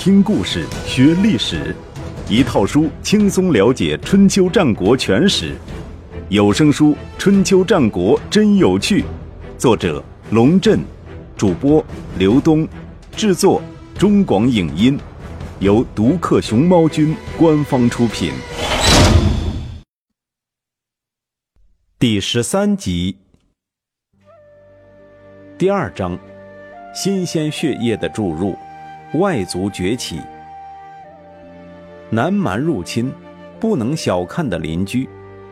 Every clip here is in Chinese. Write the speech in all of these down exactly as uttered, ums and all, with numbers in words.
听故事学历史，一套书轻松了解春秋战国全史。有声书《春秋战国真有趣》，作者龙震，主播刘东，制作中广影音，由独克熊猫君官方出品。第十三集，第二章，新鲜血液的注入，外族崛起。南蛮入侵，不能小看的邻居。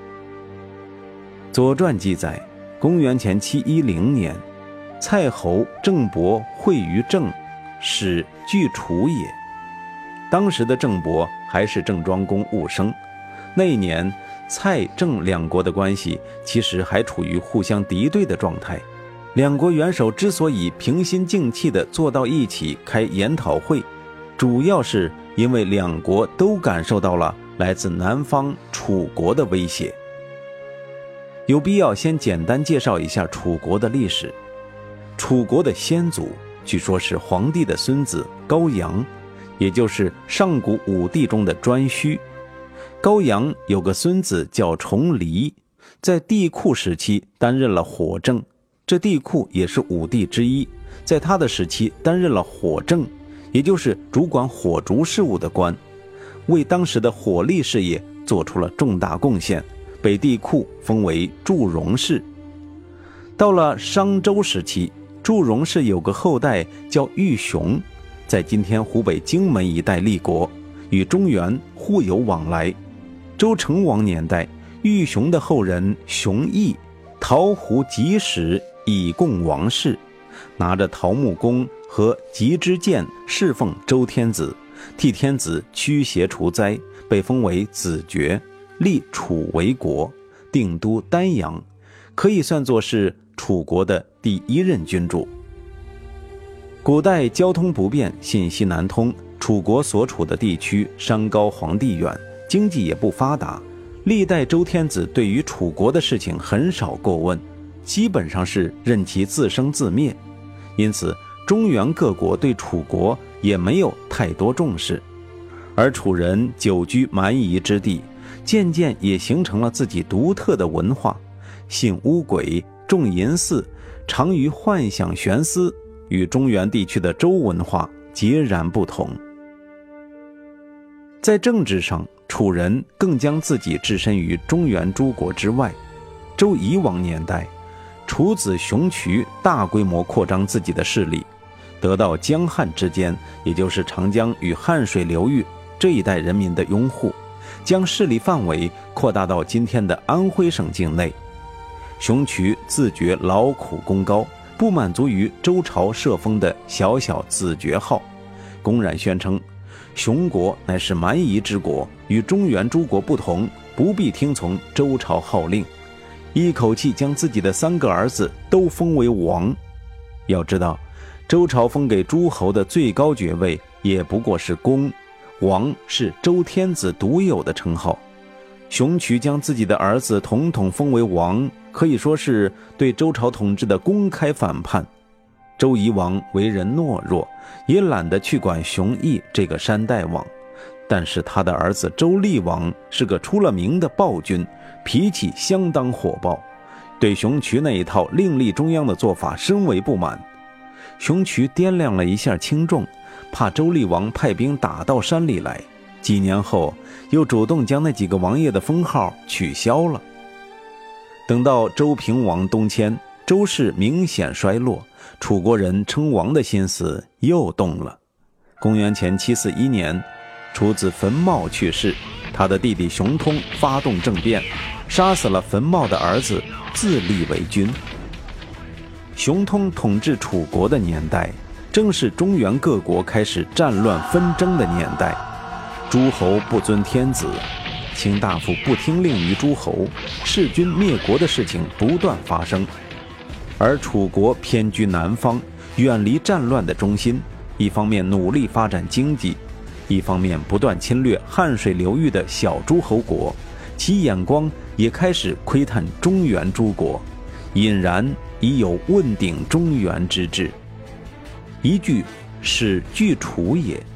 左传记载，公元前七一零年，蔡侯郑伯会于郑，使拒楚也。当时的郑伯还是郑庄公寤生，那一年蔡郑两国的关系其实还处于互相敌对的状态。两国元首之所以平心静气地坐到一起开研讨会，主要是因为两国都感受到了来自南方楚国的威胁。有必要先简单介绍一下楚国的历史。楚国的先祖据说是黄帝的孙子高阳，也就是上古五帝中的颛顼。高阳有个孙子叫重黎，在帝喾时期担任了火正，这帝喾也是五帝之一，在他的时期担任了火正，也就是主管火烛事务的官，为当时的火力事业做出了重大贡献，被帝喾封为祝融氏。到了商周时期，祝融氏有个后代叫玉熊，在今天湖北荆门一带立国，与中原互有往来。周成王年代，玉熊的后人熊绎桃胡及时以供王室，拿着桃木弓和棘之剑侍奉周天子，替天子驱邪除灾，被封为子爵，立楚为国，定都丹阳，可以算作是楚国的第一任君主。古代交通不便，信息难通，楚国所处的地区山高皇帝远，经济也不发达，历代周天子对于楚国的事情很少过问，基本上是任其自生自灭。因此中原各国对楚国也没有太多重视，而楚人久居蛮夷之地，渐渐也形成了自己独特的文化，信巫鬼，重淫祀，常于幻想玄思，与中原地区的周文化截然不同。在政治上，楚人更将自己置身于中原诸国之外。周夷王年代，楚子熊渠大规模扩张自己的势力，得到江汉之间，也就是长江与汉水流域这一带人民的拥护，将势力范围扩大到今天的安徽省境内。熊渠自觉劳苦功高，不满足于周朝设封的小小子爵号，公然宣称熊国乃是蛮夷之国，与中原诸国不同，不必听从周朝号令，一口气将自己的三个儿子都封为王。要知道，周朝封给诸侯的最高爵位也不过是公，王是周天子独有的称号。熊渠将自己的儿子统统封为王，可以说是对周朝统治的公开反叛。周夷王为人懦弱，也懒得去管熊绎这个山大王，但是他的儿子周厉王是个出了名的暴君，脾气相当火爆，对熊渠那一套另立中央的做法深为不满。熊渠掂量了一下轻重，怕周厉王派兵打到山里来，几年后又主动将那几个王爷的封号取消了。等到周平王东迁，周氏明显衰落，楚国人称王的心思又动了。公元前七四一年，楚子坟茂去世，他的弟弟熊通发动政变，杀死了坟茂的儿子，自立为君。熊通统治楚国的年代，正是中原各国开始战乱纷争的年代，诸侯不尊天子，卿大夫不听令于诸侯，弑君灭国的事情不断发生。而楚国偏居南方，远离战乱的中心，一方面努力发展经济，一方面不断侵略汉水流域的小诸侯国，其眼光也开始窥探中原诸国，隐然已有问鼎中原之志。一句使拒楚也，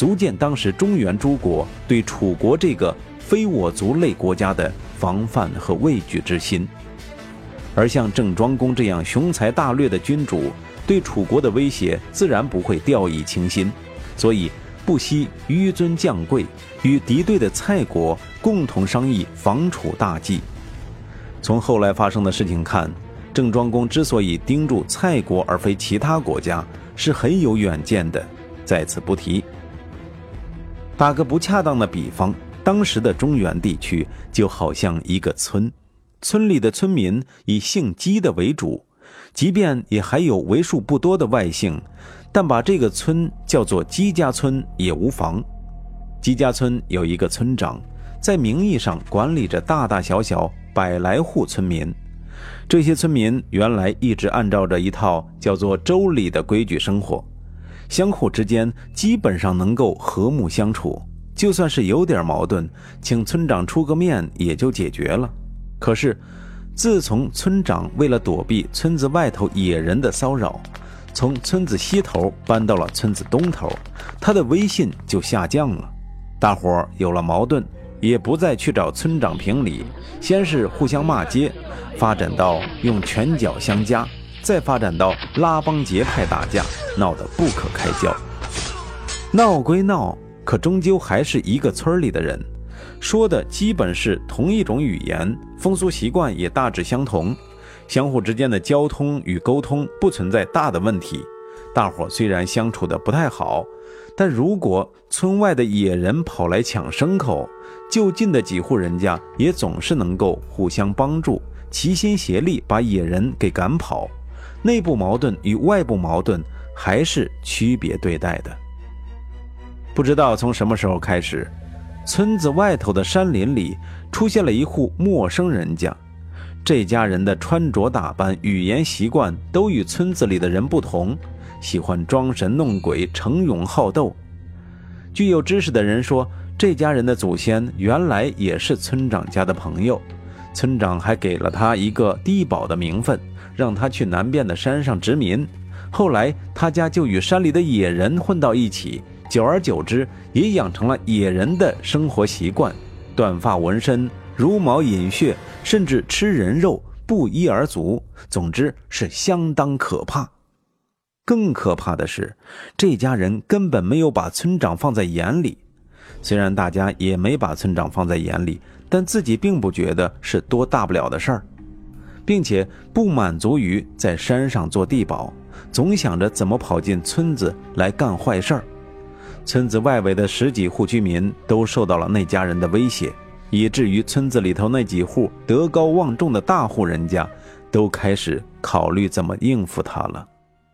足见当时中原诸国对楚国这个非我族类国家的防范和畏惧之心。而像郑庄公这样雄才大略的君主，对楚国的威胁自然不会掉以轻心，所以不惜纡尊降贵，与敌对的蔡国共同商议防楚大计。从后来发生的事情看，郑庄公之所以盯住蔡国而非其他国家，是很有远见的，在此不提。打个不恰当的比方，当时的中原地区就好像一个村，村里的村民以姓姬的为主，即便也还有为数不多的外姓，但把这个村叫做姬家村也无妨。姬家村有一个村长，在名义上管理着大大小小百来户村民。这些村民原来一直按照着一套叫做周礼的规矩生活，相互之间基本上能够和睦相处，就算是有点矛盾，请村长出个面也就解决了。可是自从村长为了躲避村子外头野人的骚扰，从村子西头搬到了村子东头，他的威信就下降了。大伙儿有了矛盾，也不再去找村长评理，先是互相骂街，发展到用拳脚相加，再发展到拉帮结派打架，闹得不可开交。闹归闹，可终究还是一个村里的人，说的基本是同一种语言，风俗习惯也大致相同，相互之间的交通与沟通不存在大的问题。大伙虽然相处得不太好，但如果村外的野人跑来抢牲口，就近的几户人家也总是能够互相帮助，齐心协力把野人给赶跑。内部矛盾与外部矛盾还是区别对待的。不知道从什么时候开始，村子外头的山林里出现了一户陌生人家，这家人的穿着打扮、语言习惯都与村子里的人不同，喜欢装神弄鬼，逞勇好斗。据有知识的人说，这家人的祖先原来也是村长家的朋友，村长还给了他一个地保的名分，让他去南边的山上殖民。后来他家就与山里的野人混到一起，久而久之也养成了野人的生活习惯，短发纹身，茹毛饮血，甚至吃人肉，不一而足，总之是相当可怕。更可怕的是，这家人根本没有把村长放在眼里。虽然大家也没把村长放在眼里，但自己并不觉得是多大不了的事儿，并且不满足于在山上做地保，总想着怎么跑进村子来干坏事儿。村子外围的十几户居民都受到了那家人的威胁，以至于村子里头那几户德高望重的大户人家都开始考虑怎么应付他了。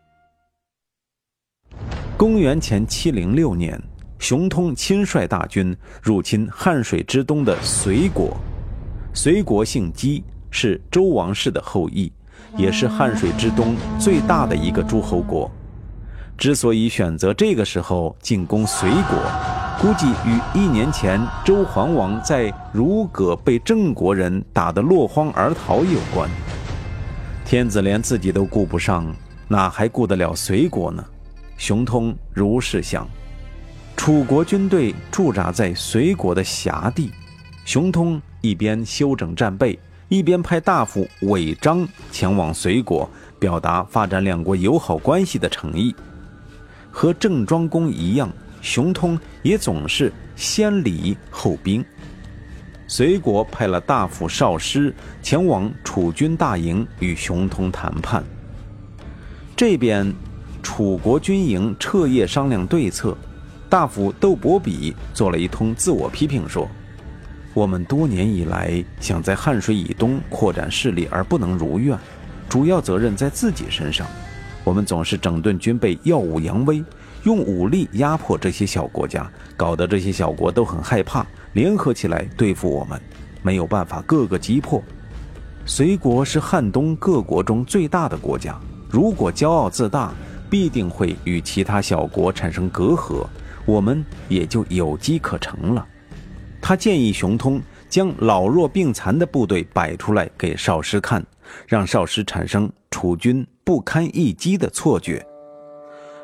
公元前七零六年，熊通亲率大军入侵汉水之东的隋国。隋国姓姬，是周王室的后裔，也是汉水之东最大的一个诸侯国。之所以选择这个时候进攻隋国，估计与一年前周桓王在如葛被郑国人打得落荒而逃有关。天子连自己都顾不上，哪还顾得了隋国呢？熊通如是想。楚国军队驻扎在隋国的辖地，熊通一边休整战备，一边派大夫韦章前往隋国，表达发展两国友好关系的诚意。和郑庄公一样，熊通也总是先礼后兵。隋国派了大夫少师前往楚军大营与熊通谈判。这边楚国军营彻夜商量对策，大夫窦伯比做了一通自我批评，说：我们多年以来想在汉水以东扩展势力而不能如愿，主要责任在自己身上。我们总是整顿军备，耀武扬威，用武力压迫这些小国家，搞得这些小国都很害怕，联合起来对付我们，没有办法各个击破。隋国是汉东各国中最大的国家，如果骄傲自大，必定会与其他小国产生隔阂，我们也就有机可乘了。他建议熊通将老弱病残的部队摆出来给少师看，让少师产生楚军不堪一击的错觉。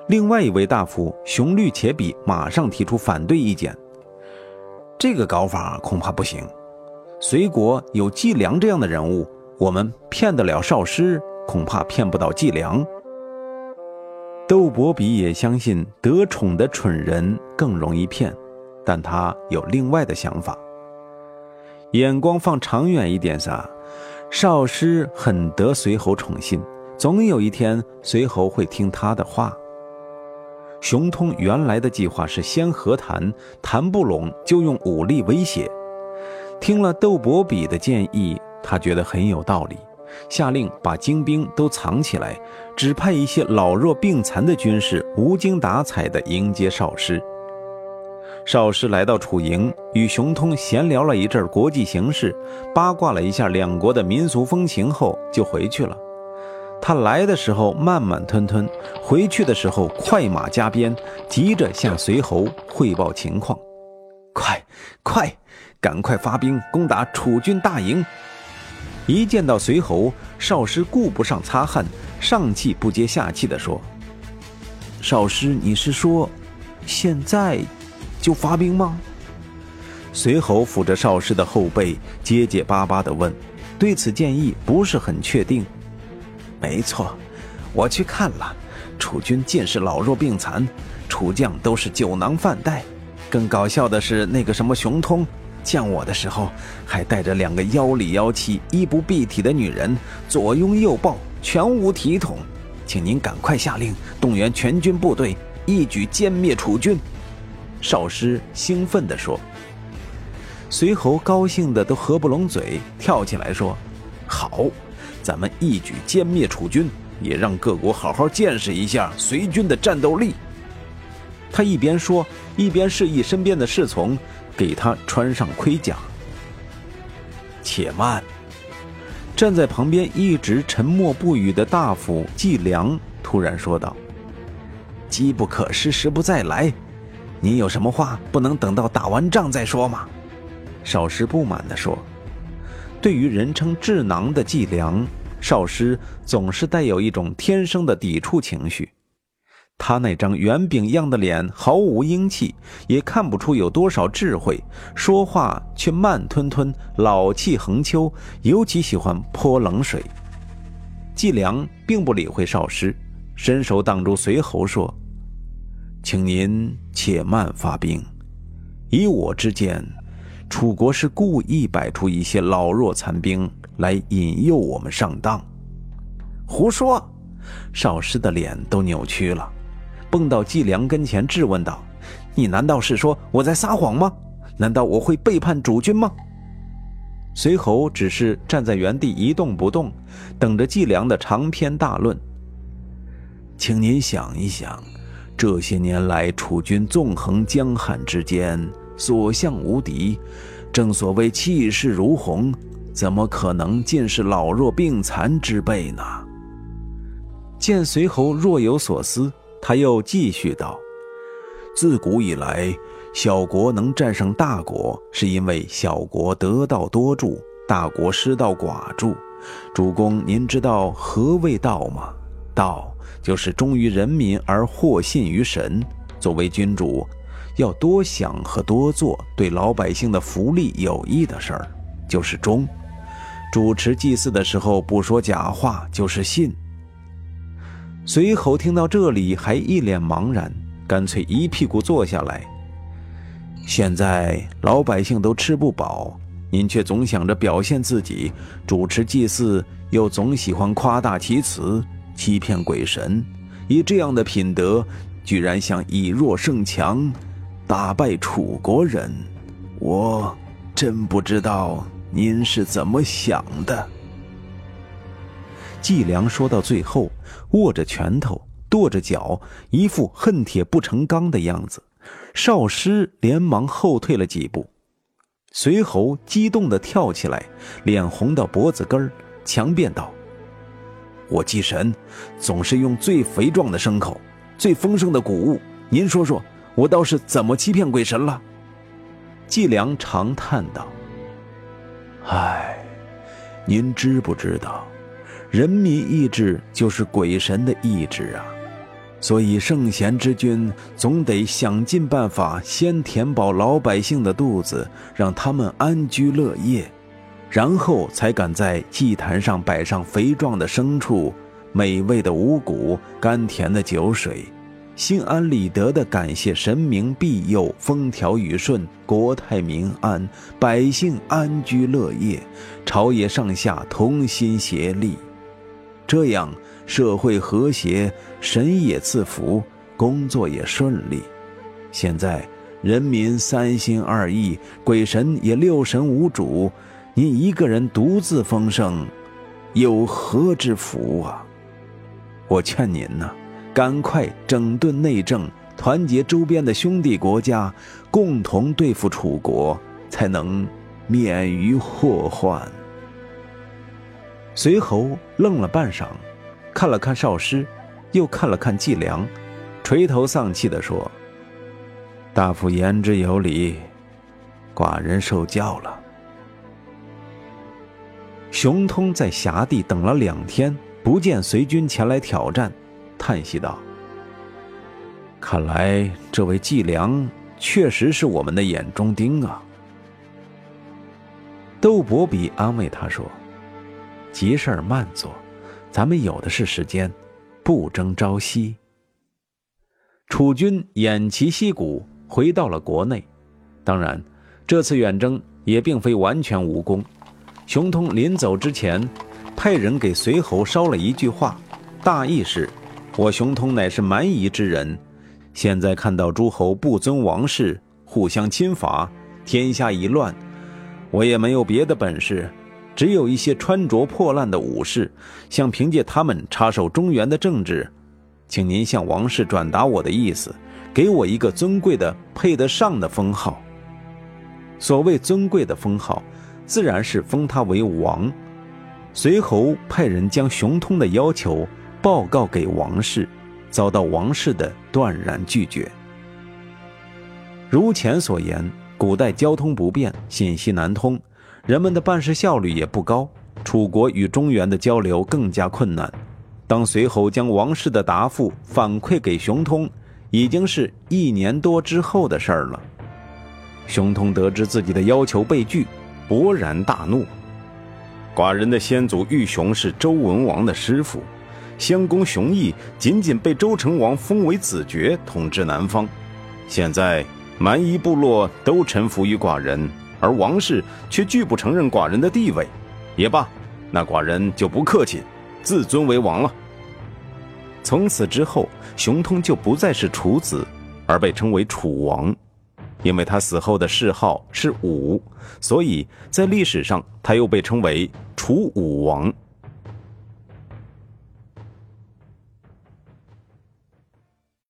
另外一位大夫熊律且比马上提出反对意见，这个搞法恐怕不行。隋国有季梁这样的人物，我们骗得了少师，恐怕骗不到季梁。窦伯比也相信得宠的蠢人更容易骗，但他有另外的想法。眼光放长远一点撒，少师很得随侯宠信，总有一天随侯会听他的话。熊通原来的计划是先和谈，谈不拢就用武力威胁。听了窦伯比的建议，他觉得很有道理，下令把精兵都藏起来，只派一些老弱病残的军士无精打采地迎接少师。少师来到楚营，与熊通闲聊了一阵国际形势，八卦了一下两国的民俗风情后就回去了。他来的时候慢慢吞吞，回去的时候快马加鞭，急着向随侯汇报情况。快快赶快发兵攻打楚军大营！一见到随侯，少师顾不上擦汗，上气不接下气地说：少师，你是说现在就发兵吗？随侯抚着少师的后背，结结巴巴地问，对此建议不是很确定。没错，我去看了，楚军尽是老弱病残，楚将都是酒囊饭袋。更搞笑的是，那个什么熊通见我的时候，还带着两个妖里妖气、衣不蔽体的女人，左拥右抱，全无体统。请您赶快下令动员全军部队，一举歼灭楚军。少师兴奋地说。随侯高兴的都合不拢嘴，跳起来说：好，咱们一举歼灭楚军，也让各国好好见识一下隋军的战斗力。他一边说，一边示意身边的侍从给他穿上盔甲。且慢！站在旁边一直沉默不语的大夫季梁突然说道：机不可失，时不再来，你有什么话不能等到打完仗再说吗？少师不满地说。对于人称智囊的季梁，少师总是带有一种天生的抵触情绪。他那张圆饼样的脸毫无英气，也看不出有多少智慧，说话却慢吞吞，老气横秋，尤其喜欢泼冷水。季梁并不理会少师，伸手挡住随侯说：请您且慢发兵，以我之见，楚国是故意摆出一些老弱残兵来引诱我们上当。胡说！少师的脸都扭曲了，蹦到季梁跟前质问道：你难道是说我在撒谎吗？难道我会背叛主君吗？随侯只是站在原地一动不动，等着季梁的长篇大论。请您想一想，这些年来楚军纵横江汉之间，所向无敌，正所谓气势如虹，怎么可能尽是老弱病残之辈呢？见随侯若有所思，他又继续道：自古以来，小国能战胜大国，是因为小国得道多助，大国失道寡助。主公，您知道何谓道吗？道就是忠于人民而获信于神。作为君主，要多想和多做对老百姓的福利有益的事儿，就是忠。主持祭祀的时候不说假话，就是信。随侯听到这里还一脸茫然，干脆一屁股坐下来。现在老百姓都吃不饱，您却总想着表现自己，主持祭祀又总喜欢夸大其词，欺骗鬼神。以这样的品德，居然想以弱胜强，打败楚国人，我真不知道您是怎么想的。季梁说到最后，握着拳头，跺着脚，一副恨铁不成钢的样子。少师连忙后退了几步。随侯激动地跳起来，脸红到脖子根儿，强辩道：我祭神总是用最肥壮的牲口，最丰盛的谷物，您说说我倒是怎么欺骗鬼神了？季梁长叹道：唉，您知不知道人民意志就是鬼神的意志啊？ 所以圣贤之君总得想尽办法先填饱老百姓的肚子，让他们安居乐业，然后才敢在祭坛上摆上肥壮的牲畜、美味的五谷、甘甜的酒水，心安理得地感谢神明庇佑，风调雨顺，国泰民安，百姓安居乐业，朝野上下同心协力，这样社会和谐，神也赐福，工作也顺利。现在人民三心二意，鬼神也六神无主，您一个人独自丰盛，有何之福啊？我劝您呢、啊，赶快整顿内政，团结周边的兄弟国家，共同对付楚国，才能免于祸患。随侯愣了半晌，看了看少师，又看了看季梁，垂头丧气地说：大夫言之有理，寡人受教了。熊通在辖地等了两天，不见随军前来挑战，叹息道：看来这位季梁确实是我们的眼中钉啊。窦伯比安慰他说：急事儿慢做，咱们有的是时间，不争朝夕。楚军偃旗息鼓，回到了国内。当然，这次远征也并非完全无功。熊通临走之前，派人给随侯捎了一句话，大意是：我熊通乃是蛮夷之人，现在看到诸侯不尊王室，互相侵伐，天下已乱，我也没有别的本事，只有一些穿着破烂的武士，想凭借他们插手中原的政治，请您向王室转达我的意思，给我一个尊贵的配得上的封号。所谓尊贵的封号，自然是封他为王。随侯派人将熊通的要求报告给王室，遭到王室的断然拒绝。如前所言，古代交通不便，信息难通，人们的办事效率也不高，楚国与中原的交流更加困难。当随侯将王室的答复反馈给熊通，已经是一年多之后的事儿了。熊通得知自己的要求被拒，勃然大怒。寡人的先祖玉熊是周文王的师父，襄公熊绎仅仅被周成王封为子爵，统治南方。现在蛮夷部落都臣服于寡人，而王室却拒不承认寡人的地位。也罢，那寡人就不客气，自尊为王了。从此之后，熊通就不再是楚子，而被称为楚王。因为他死后的谥号是武，所以在历史上他又被称为楚武王。